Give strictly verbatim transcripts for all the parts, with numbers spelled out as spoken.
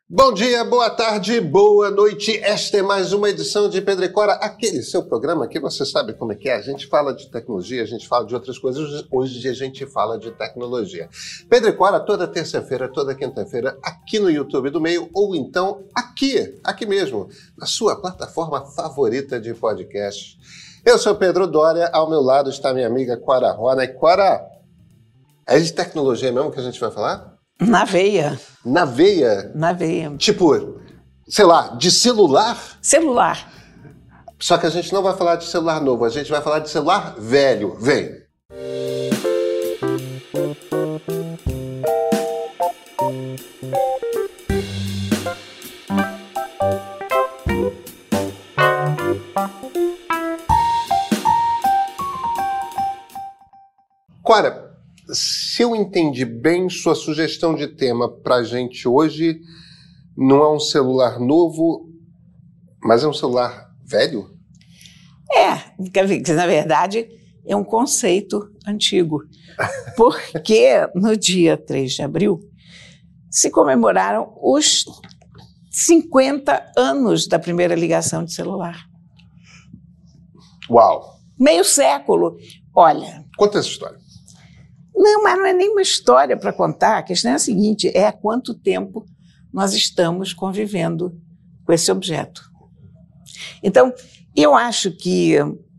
Bom dia, boa tarde, boa noite. Esta é mais uma edição de Pedro e Cora, aquele seu programa que você sabe como é que é. A gente fala de tecnologia, a gente fala de outras coisas. Hoje a gente fala de tecnologia. Pedro e Cora toda terça-feira, toda quinta-feira, aqui no YouTube do Meio, ou então aqui, aqui mesmo, na sua plataforma favorita de podcast. Eu sou Pedro Doria, ao meu lado está minha amiga Cora Rona. E Cora, é de tecnologia mesmo que a gente vai falar? Na veia. Na veia? Na veia. Tipo, sei lá, de celular? Celular. Só que a gente não vai falar de celular novo, a gente vai falar de celular velho. Vem. Cora, se eu entendi bem, sua sugestão de tema para a gente hoje não é um celular novo, mas é um celular velho? É, na verdade é um conceito antigo, porque no dia três de abril se comemoraram os cinquenta anos da primeira ligação de celular. Uau! Meio século. Olha... Conta essa história. Não, mas não é nenhuma história para contar. A questão é a seguinte, é há quanto tempo nós estamos convivendo com esse objeto. Então, eu acho que...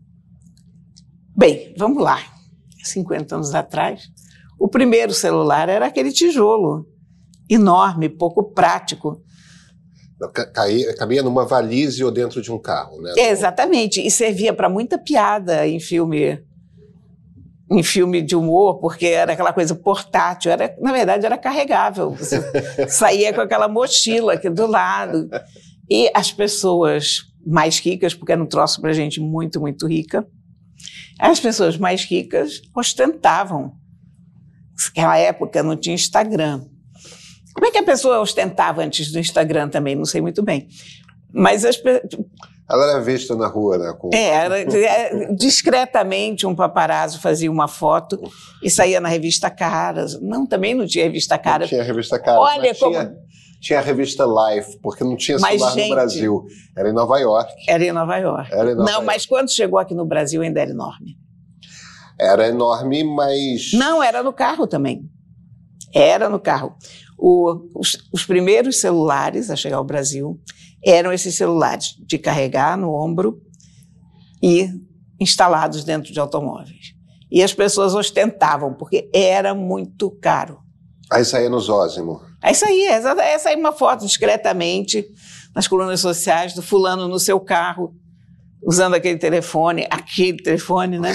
Bem, vamos lá. cinquenta anos atrás, o primeiro celular era aquele tijolo, enorme, pouco prático. Caía, cabia numa valise ou dentro de um carro, né? É, exatamente, e servia para muita piada em filme... em filme de humor, porque era aquela coisa portátil, era, na verdade era carregável, você saía com aquela mochila aqui do lado. E as pessoas mais ricas, porque era um troço para gente muito, muito rica, as pessoas mais ricas ostentavam. Naquela época não tinha Instagram. Como é que a pessoa ostentava antes do Instagram também? Não sei muito bem. Mas as pessoas... Ela era vista na rua, né? Com... É, era, discretamente um paparazzo fazia uma foto e saía na revista Caras. Não, também não tinha revista Caras. Não tinha revista Caras, Olha mas como... tinha, tinha a revista Life, porque não tinha mas, celular gente, no Brasil. Era em Nova York. Era em Nova York. Era em Nova não, York. Mas quando chegou aqui no Brasil ainda era enorme. Era enorme, mas... Não, era no carro também. Era no carro. O, os, os primeiros celulares a chegar ao Brasil eram esses celulares de carregar no ombro e instalados dentro de automóveis. E as pessoas ostentavam, porque era muito caro. Aí saía no Zósimo. Aí saía, aí saía uma foto discretamente nas colunas sociais do fulano no seu carro, usando aquele telefone, aquele telefone, né?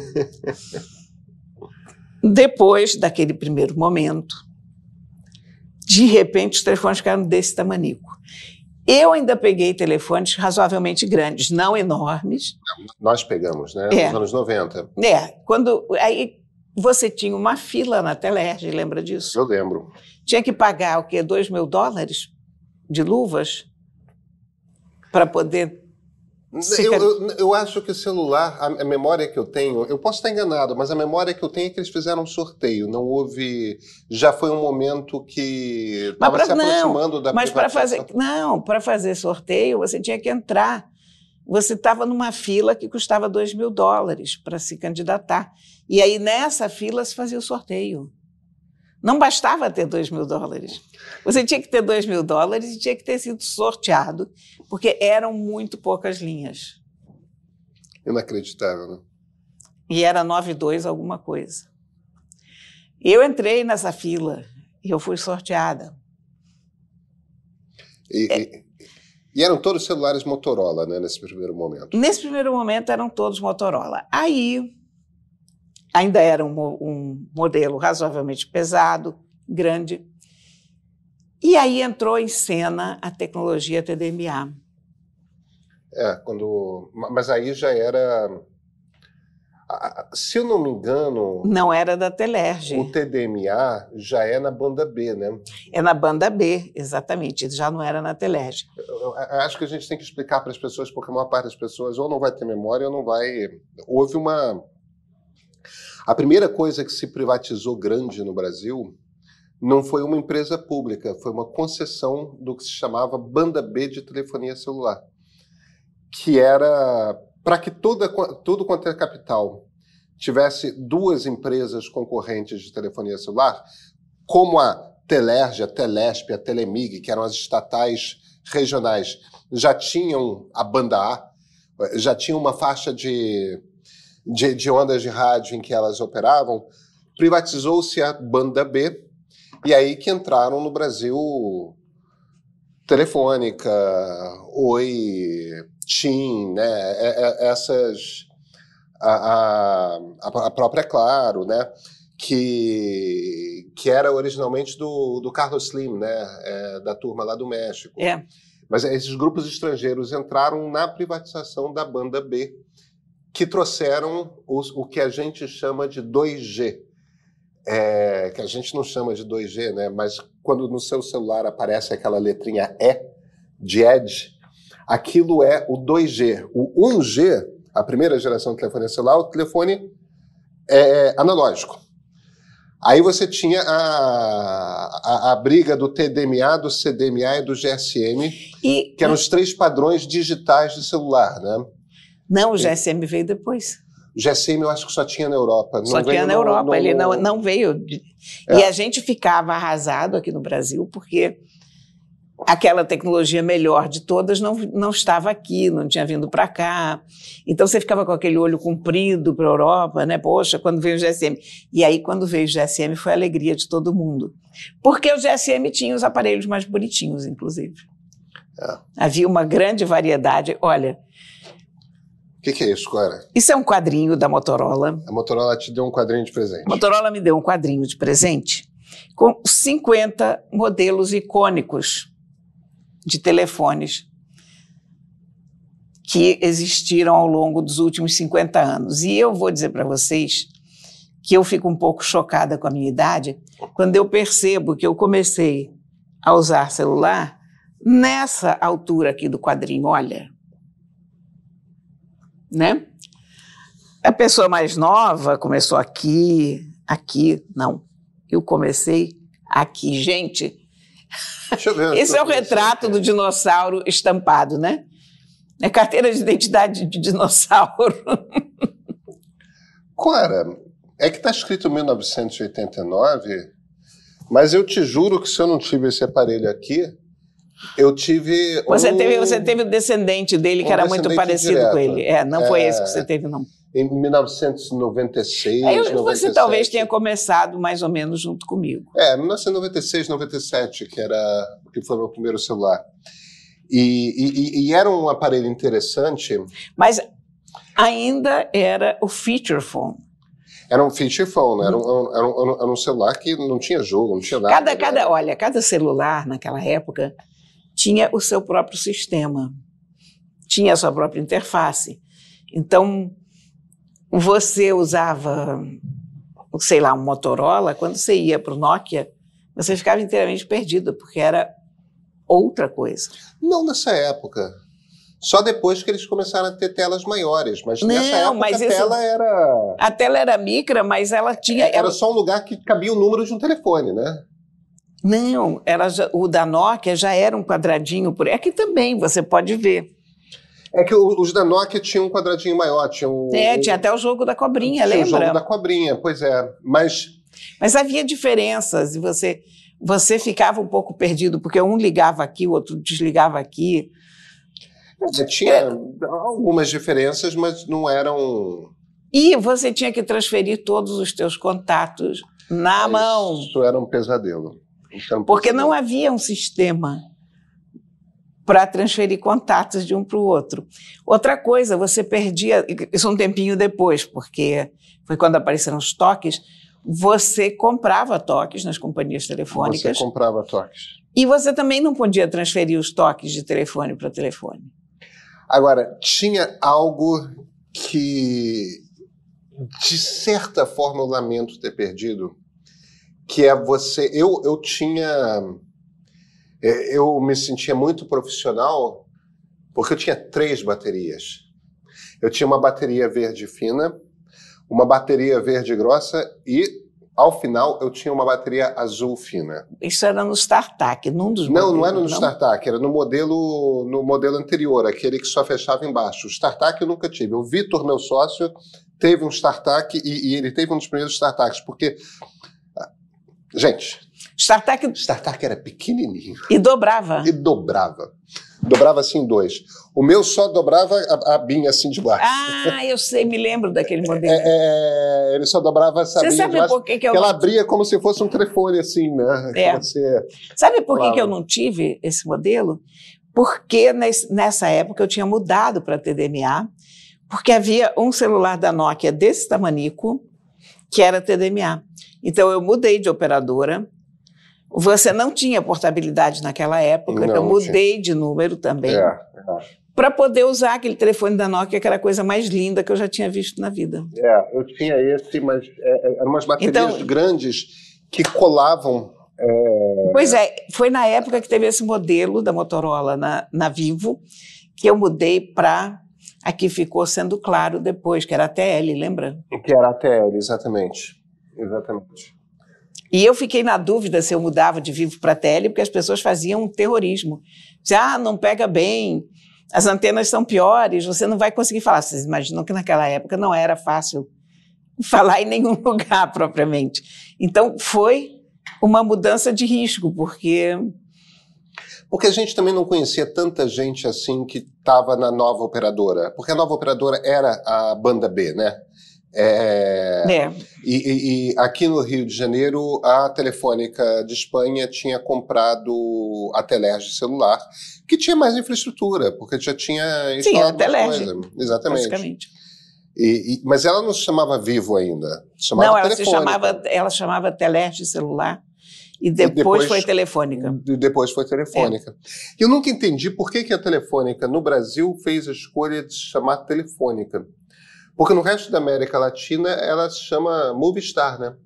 Depois daquele primeiro momento, de repente os telefones ficaram desse tamanico. Eu ainda peguei telefones razoavelmente grandes, não enormes. Nós pegamos, né? É. Nos anos noventa. É, quando... Aí você tinha uma fila na Telerge, lembra disso? Eu lembro. Tinha que pagar, o quê? Dois mil dólares de luvas para poder... Eu, eu, eu acho que o celular, a, a memória que eu tenho, eu posso estar enganado, mas a memória que eu tenho é que eles fizeram um sorteio, não houve, já foi um momento que estava se aproximando não, da mas para privatização. fazer Não, para fazer sorteio você tinha que entrar, você estava numa fila que custava dois mil dólares para se candidatar, e aí nessa fila se fazia o sorteio. Não bastava ter dois mil dólares. Você tinha que ter dois mil dólares e tinha que ter sido sorteado, porque eram muito poucas linhas. Inacreditável, né? E era nove dois alguma coisa. Eu entrei nessa fila e eu fui sorteada. E, é. e, e eram todos celulares Motorola, né, nesse primeiro momento? Nesse primeiro momento eram todos Motorola. Aí... Ainda era um, um modelo razoavelmente pesado, grande. E aí entrou em cena a tecnologia T D M A. É, quando... Mas aí já era... Se eu não me engano... Não era da Telerge. O T D M A já é na banda B, né? É na banda B, exatamente. Já não era na Telerge. Eu, eu acho que a gente tem que explicar para as pessoas, porque a maior parte das pessoas ou não vai ter memória ou não vai... Houve uma... A primeira coisa que se privatizou grande no Brasil não foi uma empresa pública, foi uma concessão do que se chamava banda B de telefonia celular, que era para que toda, tudo quanto é capital tivesse duas empresas concorrentes de telefonia celular, como a Telerge, a Telesp, a Telemig, que eram as estatais regionais, já tinham a banda A, já tinham uma faixa de, de, de ondas de rádio em que elas operavam, privatizou-se a banda B, e aí que entraram no Brasil Telefônica, Oi, TIM, né? Essas, a, a, a própria Claro, né? Que, que era originalmente do, do Carlos Slim, né? É, da turma lá do México. É. Mas esses grupos estrangeiros entraram na privatização da banda B, que trouxeram os, o que a gente chama de dois G. É, que a gente não chama de dois G, né? Mas quando no seu celular aparece aquela letrinha E, de Edge, aquilo é o dois G. O um G, a primeira geração de telefonia celular, o telefone é analógico. Aí você tinha a, a, a briga do T D M A, do C D M A e do G S M, e, que eram os três padrões digitais de celular, né? Não, o G S M veio depois. O G S M eu acho que só tinha na Europa. Só não tinha na Europa, no, no, ele não, não veio. De... É. E a gente ficava arrasado aqui no Brasil, porque aquela tecnologia melhor de todas não, não estava aqui, não tinha vindo para cá. Então você ficava com aquele olho comprido para a Europa, né? Poxa, quando veio o G S M. E aí, quando veio o G S M, foi a alegria de todo mundo. Porque o G S M tinha os aparelhos mais bonitinhos, inclusive. É. Havia uma grande variedade. Olha... O que, que é isso, Clara? Isso é um quadrinho da Motorola. A Motorola te deu um quadrinho de presente. A Motorola me deu um quadrinho de presente com cinquenta modelos icônicos de telefones que existiram ao longo dos últimos cinquenta anos. E eu vou dizer para vocês que eu fico um pouco chocada com a minha idade quando eu percebo que eu comecei a usar celular nessa altura aqui do quadrinho, olha... Né? A pessoa mais nova começou aqui, aqui, não. Eu comecei aqui. Gente, deixa eu ver, esse é o retrato do dinossauro estampado, né? É carteira de identidade de dinossauro. Clara, é que está escrito mil novecentos e oitenta e nove, mas eu te juro que se eu não tive esse aparelho aqui, eu tive... Você, um... teve, você teve o descendente dele, que um era muito parecido direto. Com ele. É, não é... foi esse que você teve, não. Em mil novecentos e noventa e seis, é, eu, noventa e sete. Você talvez tenha começado mais ou menos junto comigo. É, mil novecentos e noventa e seis, noventa e sete, que, era, que foi o meu primeiro celular. E, e, e era um aparelho interessante. Mas ainda era o feature phone. Era um feature phone, era um, era, um, era um celular que não tinha jogo, não tinha nada. Cada, cada, olha, cada celular naquela época tinha o seu próprio sistema, tinha a sua própria interface. Então, você usava, sei lá, um Motorola, quando você ia para o Nokia, você ficava inteiramente perdido, porque era outra coisa. Não nessa época. Só depois que eles começaram a ter telas maiores, mas não, nessa época mas a isso, tela era... A tela era micra, mas ela tinha... Era ela... só um lugar que cabia o número de um telefone, né? Não, era, o da Nokia já era um quadradinho, por aqui também, você pode ver. É que os da Nokia tinham um quadradinho maior. Tinha um, é, tinha até o jogo da cobrinha, tinha lembra? Tinha o jogo da cobrinha, pois é. Mas, Mas havia diferenças e você, você ficava um pouco perdido, porque um ligava aqui, o outro desligava aqui. É, tinha é. algumas diferenças, mas não eram... E você tinha que transferir todos os teus contatos na Isso mão. Isso era um pesadelo. Então, porque não havia um sistema para transferir contatos de um para o outro. Outra coisa, você perdia, isso um tempinho depois, porque foi quando apareceram os toques, você comprava toques nas companhias telefônicas. Você comprava toques. E você também não podia transferir os toques de telefone para telefone. Agora, tinha algo que, de certa forma, eu lamento ter perdido, que é você... Eu, eu tinha... Eu me sentia muito profissional porque eu tinha três baterias. Eu tinha uma bateria verde fina, uma bateria verde grossa e ao final eu tinha uma bateria azul fina. Isso era no StarTAC, num dos Não, modelos, não era no não? StarTAC, era no modelo, no modelo anterior, aquele que só fechava embaixo. O StarTAC eu nunca tive. O Vitor, meu sócio, teve um StarTAC e, e ele teve um dos primeiros StarTACs, porque... Gente, StarTAC... StarTAC era pequenininho. E dobrava. E dobrava. Dobrava assim em dois. O meu só dobrava a, a binha assim de baixo. Ah, eu sei, me lembro daquele modelo. É, é, ele só dobrava essa Você binha sabe de baixo, por que, que eu ela não... abria como se fosse um telefone assim, né? É. Você... Sabe por que, Claro. que eu não tive esse modelo? Porque nesse, nessa época eu tinha mudado para T D M A, porque havia um celular da Nokia desse tamanico, que era T D M A. Então eu mudei de operadora. Você não tinha portabilidade naquela época, Não, então eu não mudei de número também. É, é. Para poder usar aquele telefone da Nokia, que era a coisa mais linda que eu já tinha visto na vida. É, eu tinha esse, mas é, eram umas baterias Então- grandes que colavam. É... Pois é, foi na época que teve esse modelo da Motorola na, na Vivo, que eu mudei para a que ficou sendo claro depois, que era a T L, lembra? Que era a T L, exatamente. Exatamente. E eu fiquei na dúvida se eu mudava de Vivo para T L, porque as pessoas faziam um terrorismo. Diziam, ah, não pega bem, as antenas são piores, você não vai conseguir falar. Vocês imaginam que naquela época não era fácil falar em nenhum lugar propriamente. Então foi uma mudança de risco, porque... Porque a gente também não conhecia tanta gente assim que estava na nova operadora. Porque a nova operadora era a banda B, né? É... É. E, e- e aqui no Rio de Janeiro, a Telefônica de Espanha tinha comprado a Telerge celular, que tinha mais infraestrutura, porque já tinha Sim, instalado a Telerge, mais coisa. Exatamente. basicamente. E- e- mas ela não se chamava Vivo ainda. Se chamava Não, ela se Telefônica. chamava, ela chamava Telerge celular e depois, depois- foi Telefônica. E depois foi Telefônica. E eu nunca entendi por que, que a Telefônica no Brasil fez a escolha de se chamar Telefônica. Porque no resto da América Latina ela se chama Movistar, né?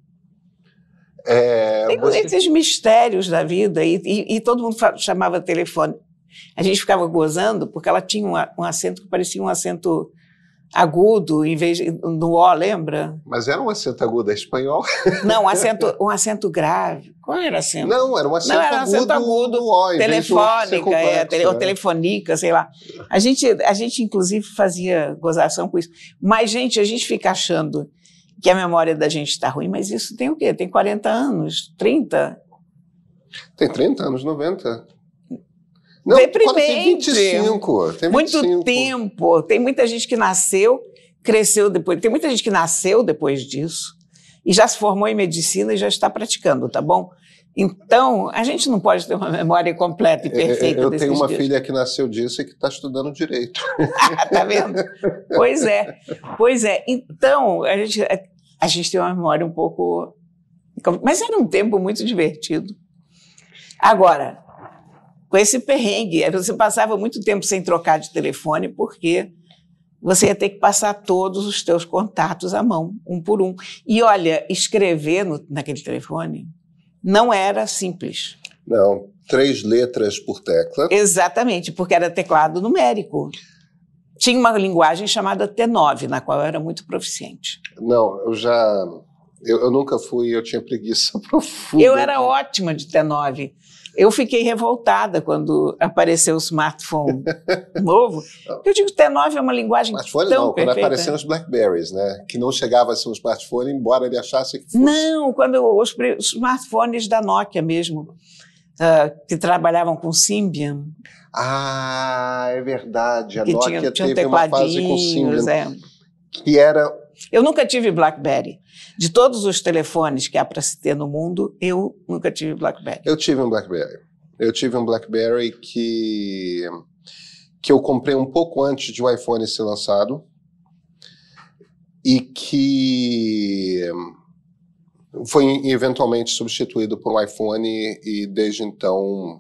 É, Tem você- esses mistérios da vida e, e- e todo mundo fa- chamava telefone. A gente ficava gozando porque ela tinha um, a- um acento que parecia um acento agudo em vez de, no O, lembra? Mas era um acento agudo, é espanhol? Não, um acento, um acento grave. Qual era o acento? Não, era um acento Não, era um agudo, acento agudo, no O, em vez de um ser telefônica, complexo, é, tele, ou né? telefonica, sei lá. A gente, a gente, inclusive, fazia gozação com isso. Mas, gente, a gente fica achando que a memória da gente está ruim, mas isso tem o quê? Tem quarenta anos, trinta? Tem trinta anos, noventa. Não, Deprimente. tem vinte e cinco. Tem Muito vinte e cinco. tempo. Tem muita gente que nasceu, cresceu depois. Tem muita gente que nasceu depois disso e já se formou em medicina e já está praticando, tá bom? Então, a gente não pode ter uma memória completa e perfeita Eu desses tenho uma dias. filha que nasceu disso e que está estudando direito. Tá vendo? Pois é, pois é. Então, a gente, a gente tem uma memória um pouco... Mas era um tempo muito divertido. Agora, com esse perrengue, você passava muito tempo sem trocar de telefone porque você ia ter que passar todos os teus contatos à mão, um por um. E olha, escrever no, naquele telefone não era simples. Não, três letras por tecla. Exatamente, porque era teclado numérico. Tinha uma linguagem chamada T nove, na qual eu era muito proficiente. Não, eu já... Eu, eu nunca fui, eu tinha preguiça profunda. Eu era ótima de T nove. Eu fiquei revoltada quando apareceu o smartphone novo. Eu digo que T nove é uma linguagem Smartphone tão não, quando perfeita. apareceram os Blackberries, né? Que não chegava a ser um smartphone, embora ele achasse que fosse. Não, quando os, pre- os smartphones da Nokia mesmo, ah, que trabalhavam com Symbian, Ah, é verdade. A que Nokia tinha, tinha teve uma fase com tecladinhos. Symbian, É. que era... Eu nunca tive BlackBerry. De todos os telefones que há para se ter no mundo, eu nunca tive BlackBerry. Eu tive um BlackBerry. Eu tive um BlackBerry que, que eu comprei um pouco antes de o iPhone ser lançado e que foi eventualmente substituído por um iPhone e desde então...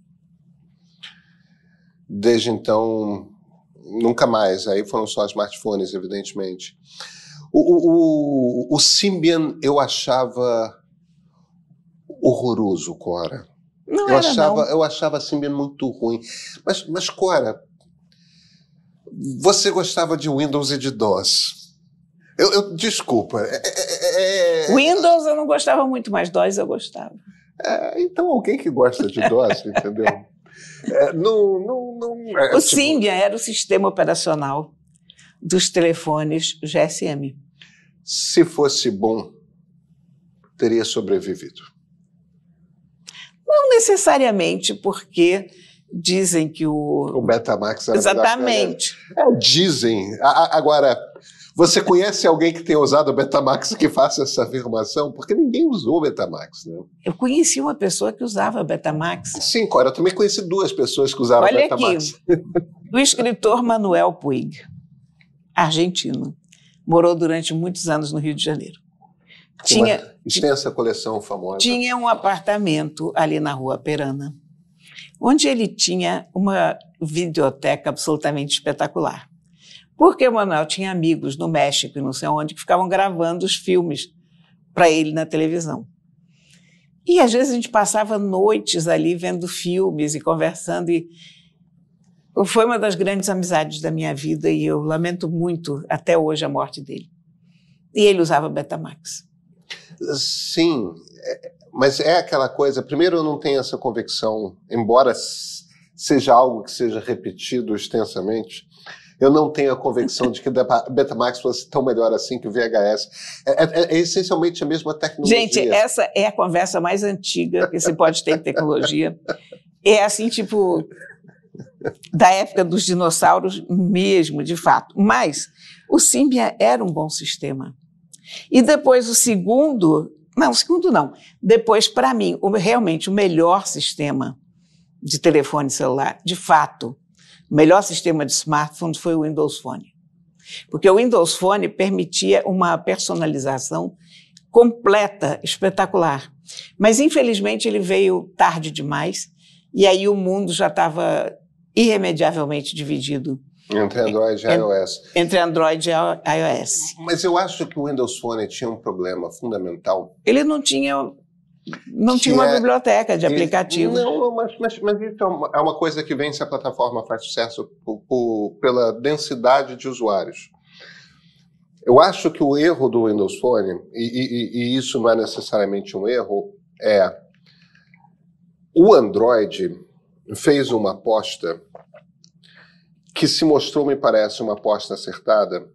Desde então, nunca mais. Aí foram só smartphones, evidentemente. O, o, o, o Symbian eu achava horroroso, Cora. Não Eu era, achava, não. eu achava a Symbian muito ruim. Mas, mas, Cora, você gostava de Windows e de DOS. Eu, eu, desculpa. É, é, é, Windows eu não gostava muito, mas DOS eu gostava. É, então, alguém que gosta de DOS, entendeu? É, não, não, não, é, o tipo... Symbian era o sistema operacional dos telefones G S M. Se fosse bom, teria sobrevivido. Não necessariamente, porque dizem que o... O Betamax era Exatamente. É, dizem. A, agora, você conhece alguém que tenha usado o Betamax que faça essa afirmação? Porque ninguém usou o Betamax, né? Eu conheci uma pessoa que usava Betamax. Sim, Cora, eu também conheci duas pessoas que usaram Olha Betamax. Aqui, o escritor Manuel Puig, argentino, morou durante muitos anos no Rio de Janeiro. Tinha uma extensa coleção famosa. Tinha um apartamento ali na Rua Perana, onde ele tinha uma videoteca absolutamente espetacular. Porque o Manuel tinha amigos no México e não sei onde que ficavam gravando os filmes para ele na televisão. E às vezes a gente passava noites ali vendo filmes e conversando. E foi uma das grandes amizades da minha vida e eu lamento muito até hoje a morte dele. E ele usava Betamax. Sim, mas é aquela coisa, primeiro eu não tenho essa convicção, embora seja algo que seja repetido extensamente, eu não tenho a convicção de que o Betamax fosse tão melhor assim que o V H S. É, é, é essencialmente a mesma tecnologia. Gente, essa é a conversa mais antiga que se pode ter em tecnologia. É assim, tipo, da época dos dinossauros mesmo, de fato. Mas o Symbian era um bom sistema. E depois o segundo... Não, o segundo não. Depois, para mim, o, realmente o melhor sistema de telefone celular, de fato, o melhor sistema de smartphone foi o Windows Phone. Porque o Windows Phone permitia uma personalização completa, espetacular. Mas, infelizmente, ele veio tarde demais e aí o mundo já estava irremediavelmente dividido. Entre Android e iOS. Entre Android e iOS. Mas eu acho que o Windows Phone tinha um problema fundamental. Ele não tinha, não tinha uma é, biblioteca de aplicativos. Não, mas, mas, mas isso é uma, é uma coisa que vem se a plataforma faz sucesso por, por, pela densidade de usuários. Eu acho que o erro do Windows Phone, e, e, e isso não é necessariamente um erro, é o Android fez uma aposta que se mostrou, me parece, uma aposta acertada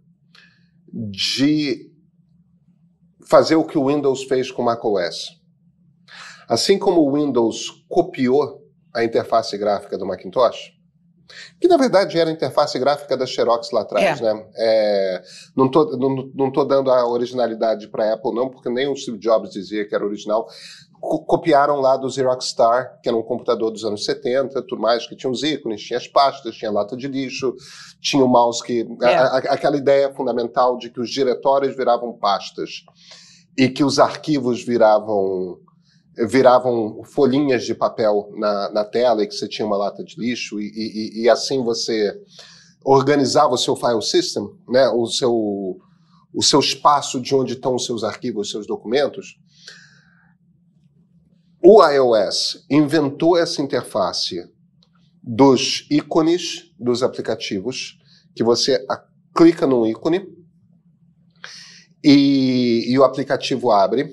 de fazer o que o Windows fez com o macOS. Assim como o Windows copiou a interface gráfica do Macintosh, que na verdade era a interface gráfica da Xerox lá atrás, é. né? É, não estou não, não tô dando a originalidade para a Apple, não, porque nem o Steve Jobs dizia que era original. Copiaram lá do Xerox Star, que era um computador dos anos setenta, tudo mais, que tinha os ícones, tinha as pastas, tinha lata de lixo, tinha o mouse que... É. A, a, aquela ideia fundamental de que os diretórios viravam pastas e que os arquivos viravam, viravam folhinhas de papel na, na tela e que você tinha uma lata de lixo e, e, e assim você organizava o seu file system, né, o, seu, o seu espaço de onde estão os seus arquivos, os seus documentos. O iOS inventou essa interface dos ícones dos aplicativos, que você clica num ícone e, e o aplicativo abre,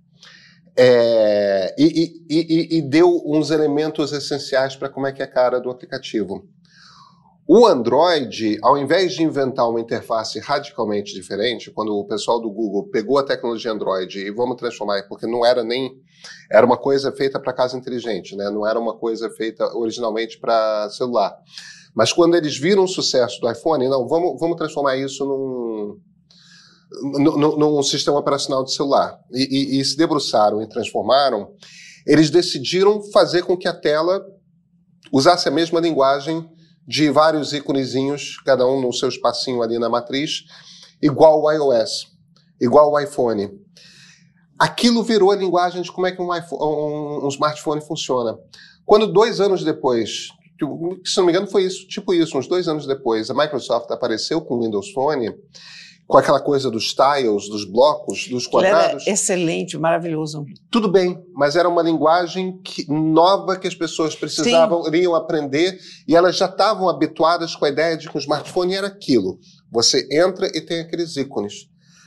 é, e, e, e, e deu uns elementos essenciais para como é que é a cara do aplicativo. O Android, ao invés de inventar uma interface radicalmente diferente, quando o pessoal do Google pegou a tecnologia Android e vamos transformar, porque não era nem... Era uma coisa feita para casa inteligente, né? Não era uma coisa feita originalmente para celular. Mas quando eles viram o sucesso do iPhone, não, vamos, vamos transformar isso num, num, num sistema operacional de celular. E, e, e se debruçaram e transformaram, eles decidiram fazer com que a tela usasse a mesma linguagem de vários íconezinhos, cada um no seu espacinho ali na matriz, igual o iOS, igual o iPhone. Aquilo virou a linguagem de como é que um, iPhone, um, um smartphone funciona. Quando dois anos depois, se não me engano foi isso, tipo isso, uns dois anos depois, a Microsoft apareceu com o Windows Phone, com aquela coisa dos tiles, dos blocos, dos quadrados. Era excelente, maravilhoso. Tudo bem, mas era uma linguagem que, nova que as pessoas precisavam, Sim. iriam aprender, e elas já estavam habituadas com a ideia de que o smartphone era aquilo. Você entra e tem aqueles ícones.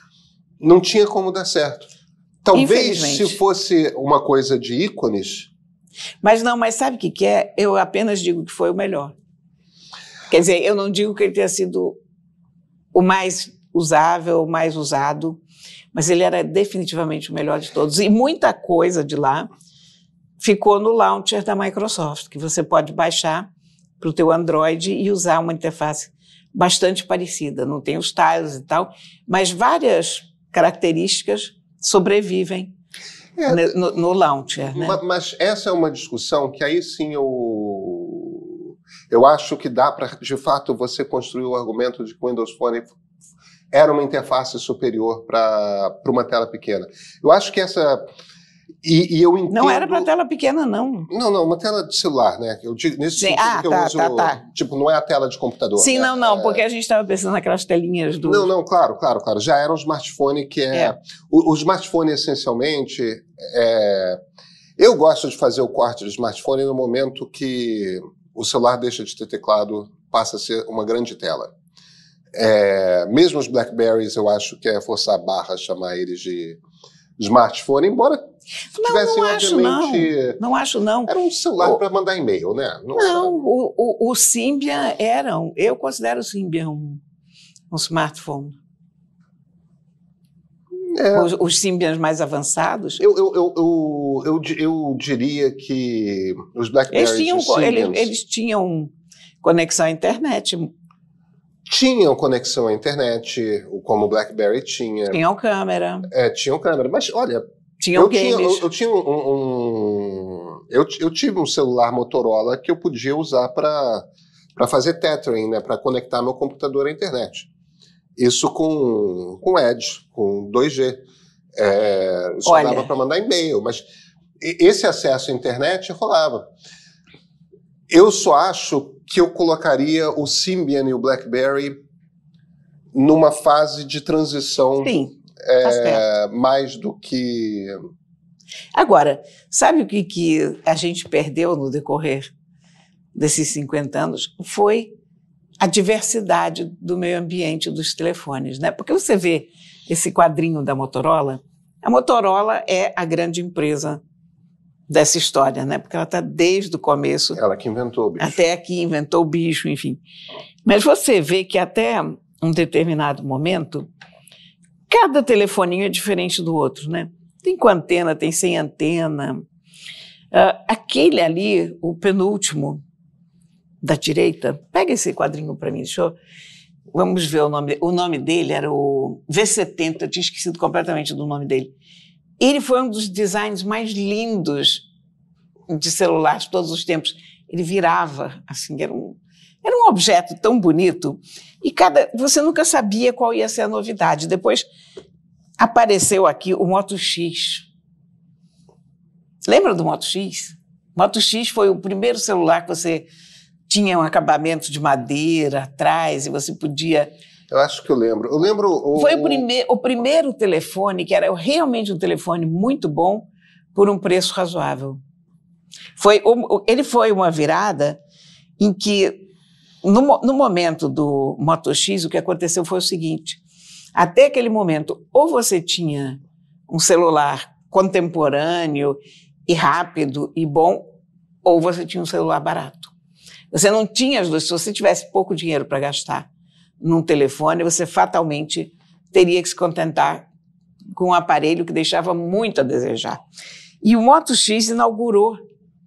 não tinha como dar certo. Talvez se fosse uma coisa de ícones... Mas não, mas sabe o que, que é? Eu apenas digo que foi o melhor. Quer dizer, eu não digo que ele tenha sido o mais usável, o mais usado, mas ele era definitivamente o melhor de todos. E muita coisa de lá ficou no launcher da Microsoft, que você pode baixar para o teu Android e usar uma interface bastante parecida. Não tem os tiles e tal, mas várias características sobrevivem é, no, no launcher. Né? Mas essa é uma discussão que aí sim eu, eu acho que dá para, de fato, você construir o argumento de que o Windows Phone era uma interface superior para uma tela pequena. Eu acho que essa... E, e eu entendo... Não era para tela pequena, não. Não, não, uma tela de celular, né? Eu digo, nesse Sim. sentido ah, que tá, eu uso... Tá, tá. Tipo, não é a tela de computador. Sim, né? não, não, é... porque a gente estava pensando naquelas telinhas do... Não, não, claro, claro, claro. Já era um smartphone que é... é. O, o smartphone, essencialmente, é... Eu gosto de fazer o corte do smartphone no momento que o celular deixa de ter teclado, passa a ser uma grande tela. É... Mesmo os BlackBerrys, eu acho que é forçar a barra chamar eles de smartphone, embora... Não, não acho não. Não acho não. Era um celular para mandar e-mail, né? Não, não o, o, o Symbian era um... Eu considero o Symbian um, um smartphone. É. Os, os Symbians mais avançados. Eu, eu, eu, eu, eu, eu diria que os BlackBerrys eles tinham, Symbians, eles, eles tinham conexão à internet. Tinham conexão à internet, como o BlackBerry tinha. Tinham câmera. É, tinham câmera. Mas, olha... Tinha eu, games. tinha, eu, eu tinha um, um eu, eu tive um celular Motorola que eu podia usar para para fazer tethering, né, para conectar meu computador à internet. Isso com com Edge, com dois G. É, só Olha, dava para mandar e-mail, mas esse acesso à internet rolava. Eu só acho que eu colocaria o Symbian e o BlackBerry numa fase de transição. Sim. É, mais do que... Agora, sabe o que, que a gente perdeu no decorrer desses cinquenta anos? Foi a diversidade do meio ambiente dos telefones, né? Porque você vê esse quadrinho da Motorola, a Motorola é a grande empresa dessa história, né? Porque ela está desde o começo... Ela que inventou o bicho. Até aqui, inventou o bicho, enfim. Mas você vê que até um determinado momento... Cada telefoninho é diferente do outro, né? Tem com antena, tem sem antena. Uh, aquele ali, o penúltimo da direita, pega esse quadrinho para mim, deixa eu... Vamos ver o nome. O nome dele era o V setenta, eu tinha esquecido completamente do nome dele. Ele foi um dos designs mais lindos de celular de todos os tempos. Ele virava, assim, era um... Era um objeto tão bonito e cada, você nunca sabia qual ia ser a novidade. Depois apareceu aqui o Moto X. Lembra do Moto X? O Moto X foi o primeiro celular que você tinha um acabamento de madeira atrás e você podia... Eu acho que eu lembro. Eu lembro... O... Foi o, prime... o primeiro telefone que era realmente um telefone muito bom por um preço razoável. Foi, ele foi uma virada em que No, no momento do Moto X, o que aconteceu foi o seguinte, até aquele momento, ou você tinha um celular contemporâneo e rápido e bom, ou você tinha um celular barato. Você não tinha as duas. Se você tivesse pouco dinheiro para gastar num telefone, você fatalmente teria que se contentar com um aparelho que deixava muito a desejar. E o Moto X inaugurou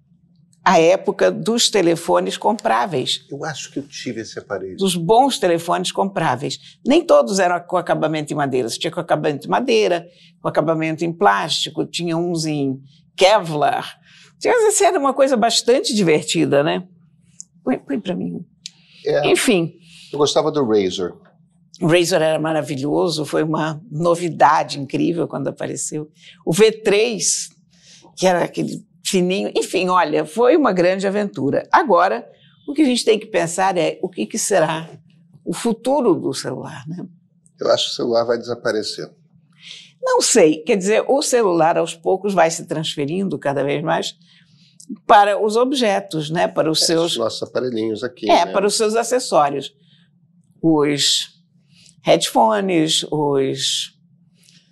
a época dos telefones compráveis. Eu acho que eu tive esse aparelho. Dos bons telefones compráveis. Nem todos eram com acabamento em madeira. Você tinha com acabamento em madeira, com acabamento em plástico, tinha uns em Kevlar. Isso era uma coisa bastante divertida, né? Põe, põe para mim. É, Enfim. Eu gostava do Razr. O Razr era maravilhoso, foi uma novidade incrível quando apareceu. O V três, que era aquele... fininho, enfim, olha, foi uma grande aventura. Agora, o que a gente tem que pensar é o que, que será o futuro do celular, né? Eu acho que o celular vai desaparecer. Não sei, quer dizer, o celular aos poucos vai se transferindo cada vez mais para os objetos, né? Para os é, seus... Os nossos aparelhinhos aqui. É, né? Para os seus acessórios. Os headphones, os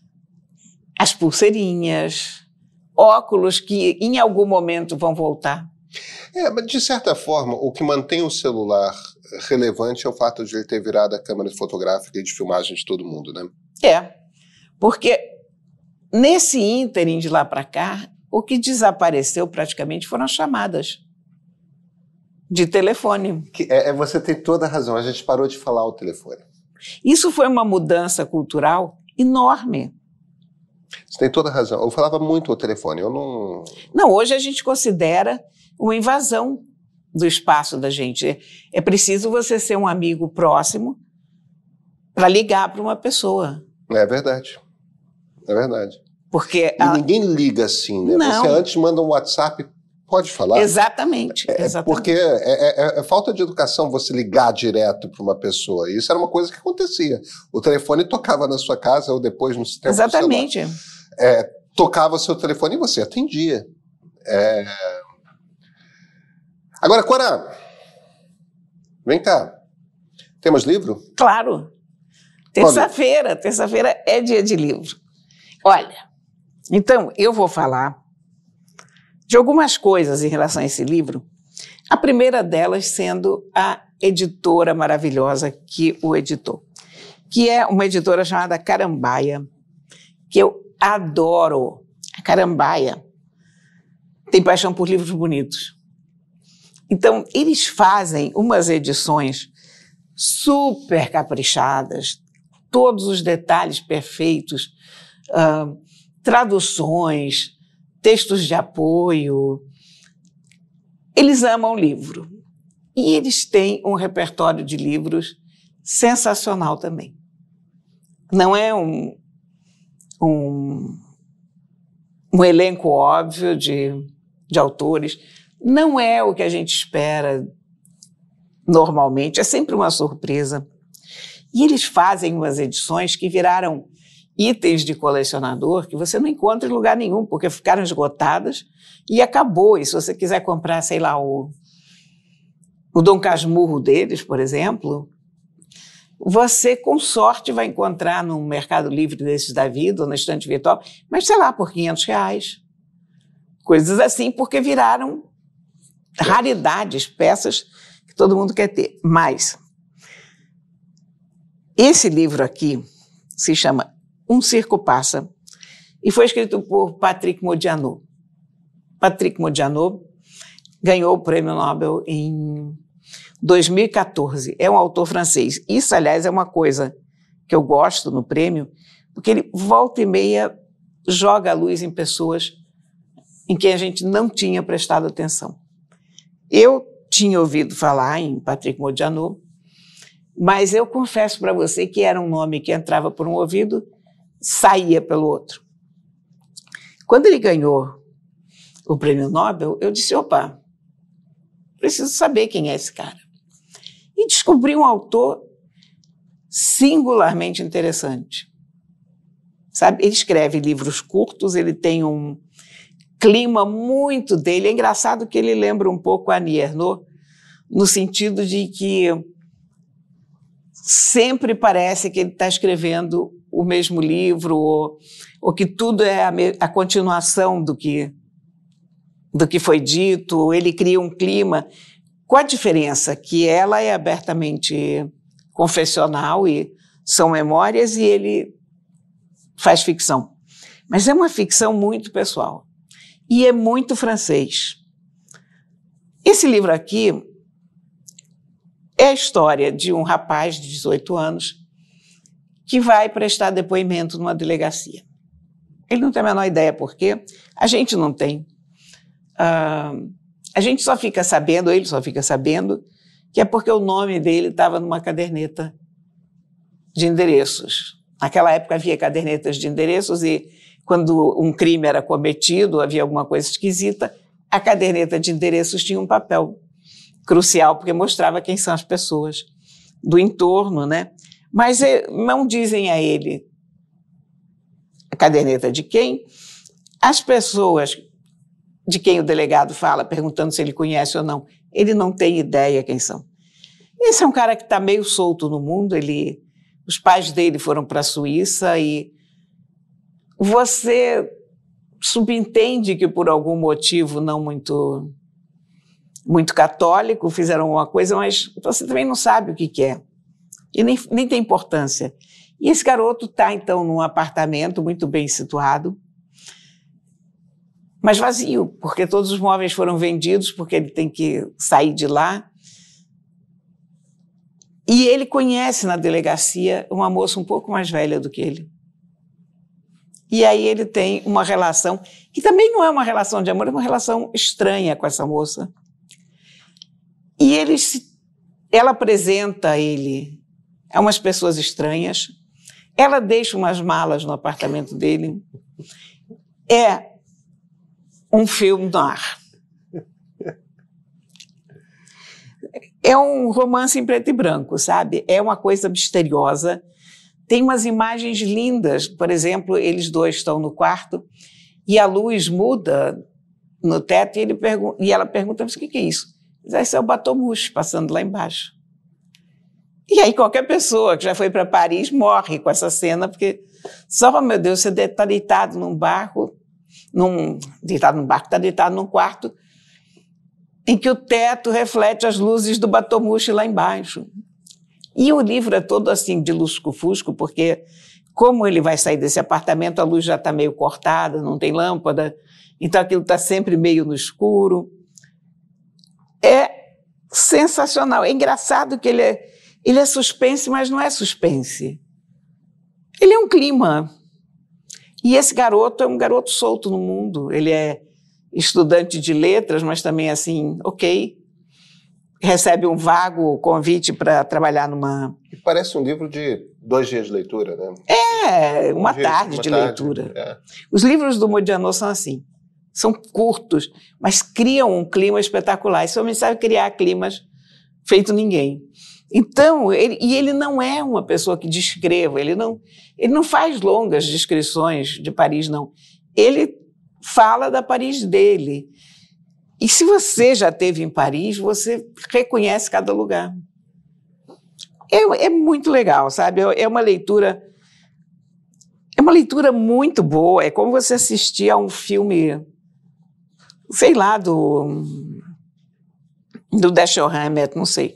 as pulseirinhas, óculos que em algum momento vão voltar. É, mas de certa forma, o que mantém o celular relevante é o fato de ele ter virado a câmera fotográfica e de filmagem de todo mundo, né? É, porque nesse ínterim de lá para cá, o que desapareceu praticamente foram as chamadas de telefone. Que é, é, você tem toda a razão, a gente parou de falar o telefone. Isso foi uma mudança cultural enorme. Você tem toda a razão. Eu falava muito o telefone, eu não... Não, hoje a gente considera uma invasão do espaço da gente. É preciso você ser um amigo próximo para ligar para uma pessoa. É verdade. É verdade. Porque e a... ninguém liga assim, né? Não. Você antes manda um WhatsApp, pode falar. Exatamente. É, exatamente. Porque é, é, é falta de educação você ligar direto para uma pessoa. Isso era uma coisa que acontecia. O telefone tocava na sua casa ou depois no sistema. Exatamente. É, tocava o seu telefone e você atendia. É... Agora, Cora, vem cá. Temos livro? Claro. Terça-feira. Terça-feira é dia de livro. Olha, então eu vou falar de algumas coisas em relação a esse livro. A primeira delas sendo a editora maravilhosa que o editou, que é uma editora chamada Carambaia, que eu adoro. A Carambaia tem paixão por livros bonitos. Então, eles fazem umas edições super caprichadas, todos os detalhes perfeitos, uh, traduções, textos de apoio. Eles amam livro. E eles têm um repertório de livros sensacional também. Não é um, um, um elenco óbvio de, de autores, não é o que a gente espera normalmente, é sempre uma surpresa. E eles fazem umas edições que viraram itens de colecionador que você não encontra em lugar nenhum, porque ficaram esgotadas e acabou. E se você quiser comprar, sei lá, o, o Dom Casmurro deles, por exemplo, você, com sorte, vai encontrar num Mercado Livre desses da vida, ou na estante virtual, mas, sei lá, por quinhentos reais. Coisas assim, porque viraram raridades, peças que todo mundo quer ter. Mas esse livro aqui se chama Um Circo Passa e foi escrito por Patrick Modiano. Patrick Modiano ganhou o Prêmio Nobel em dois mil e quatorze. É um autor francês. Isso, aliás, é uma coisa que eu gosto no prêmio, porque ele, volta e meia, joga a luz em pessoas em quem a gente não tinha prestado atenção. Eu tinha ouvido falar em Patrick Modiano, mas eu confesso para você que era um nome que entrava por um ouvido, saía pelo outro. Quando ele ganhou o Prêmio Nobel, eu disse, opa, preciso saber quem é esse cara. E descobri um autor singularmente interessante. Sabe? Ele escreve livros curtos, ele tem um clima muito dele. É engraçado que ele lembra um pouco a Annie Ernaux, no sentido de que sempre parece que ele está escrevendo o mesmo livro, ou, ou que tudo é a, me, a continuação do que, do que foi dito. Ele cria um clima, com a diferença que ela é abertamente confessional e são memórias, e ele faz ficção. Mas é uma ficção muito pessoal. E é muito francês. Esse livro aqui é a história de um rapaz de dezoito anos que vai prestar depoimento numa delegacia. Ele não tem a menor ideia por quê. A gente não tem. Uh, a gente só fica sabendo, ele só fica sabendo, que é porque o nome dele estava numa caderneta de endereços. Naquela época havia cadernetas de endereços e quando um crime era cometido, havia alguma coisa esquisita, a caderneta de endereços tinha um papel crucial, porque mostrava quem são as pessoas do entorno, né? Mas não dizem a ele a caderneta de quem. As pessoas de quem o delegado fala, perguntando se ele conhece ou não, ele não tem ideia quem são. Esse é um cara que está meio solto no mundo. Ele, os pais dele foram para a Suíça e você subentende que por algum motivo não muito, muito católico fizeram uma coisa, mas você também não sabe o que, que é. E nem, nem tem importância. E esse garoto está, então, num apartamento muito bem situado, mas vazio, porque todos os móveis foram vendidos, porque ele tem que sair de lá. E ele conhece na delegacia uma moça um pouco mais velha do que ele. E aí ele tem uma relação, que também não é uma relação de amor, é uma relação estranha com essa moça. E ele se, ela apresenta ele a umas pessoas estranhas, ela deixa umas malas no apartamento dele. É um filme noir. É um romance em preto e branco, sabe? É uma coisa misteriosa. Tem umas imagens lindas. Por exemplo, eles dois estão no quarto e a luz muda no teto e, ele pergun- e ela pergunta, mas o que, que é isso? Esse é o Batomushi passando lá embaixo. E aí qualquer pessoa que já foi para Paris morre com essa cena, porque só, oh, meu Deus, você está deitado num barco, num, deitado num barco, está deitado num quarto em que o teto reflete as luzes do Batomushi lá embaixo. E o livro é todo assim de lusco-fusco, porque como ele vai sair desse apartamento, a luz já está meio cortada, não tem lâmpada, então aquilo está sempre meio no escuro. É sensacional. É engraçado que ele é, ele é suspense, mas não é suspense. Ele é um clima. E esse garoto é um garoto solto no mundo. Ele é estudante de letras, mas também assim, ok, recebe um vago convite para trabalhar numa... E parece um livro de dois dias de leitura, né? É, uma Um dia, tarde uma de tarde, leitura. é. Os livros do Modiano são assim, são curtos, mas criam um clima espetacular. Esse homem sabe criar climas feito ninguém. Então, ele, e ele não é uma pessoa que descreva, ele não, ele não faz longas descrições de Paris, não. Ele fala da Paris dele. E se você já esteve em Paris, você reconhece cada lugar. É, é muito legal, sabe? É uma leitura... É uma leitura muito boa. É como você assistir a um filme, sei lá, do... do Dashiell Hammett, não sei.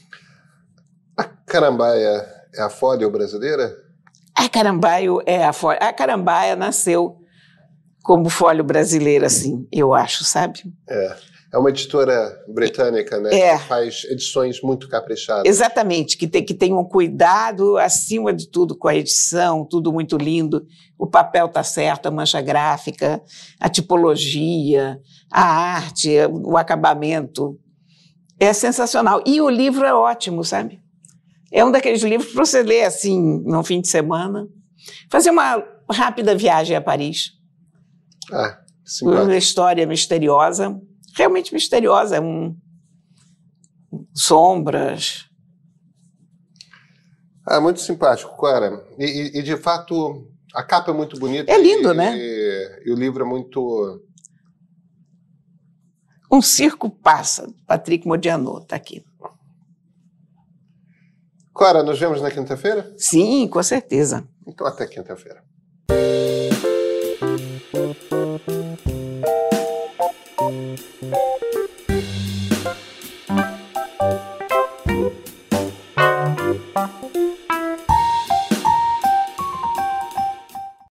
A Carambaia é a Fólio brasileira? A Carambaio é a Fólio. A Carambaia nasceu como Fólio brasileira, assim, eu acho, sabe? É. É uma editora britânica, né? É. Que faz edições muito caprichadas. Exatamente, que tem, que tem um cuidado, acima de tudo, com a edição, tudo muito lindo. O papel está certo, a mancha gráfica, a tipologia, a arte, o acabamento. É sensacional. E o livro é ótimo, sabe? É um daqueles livros para você ler, assim, no fim de semana. Fazer uma rápida viagem a Paris. Ah, simpático. Uma história misteriosa, realmente misteriosa, é um... sombras. Ah, muito simpático, Clara. E, e, e, de fato, a capa é muito bonita. É lindo, e, né? E, e o livro é muito... Um Circo Passa, Patrick Modiano, está aqui. Clara, nos vemos na quinta-feira? Sim, com certeza. Então até quinta-feira.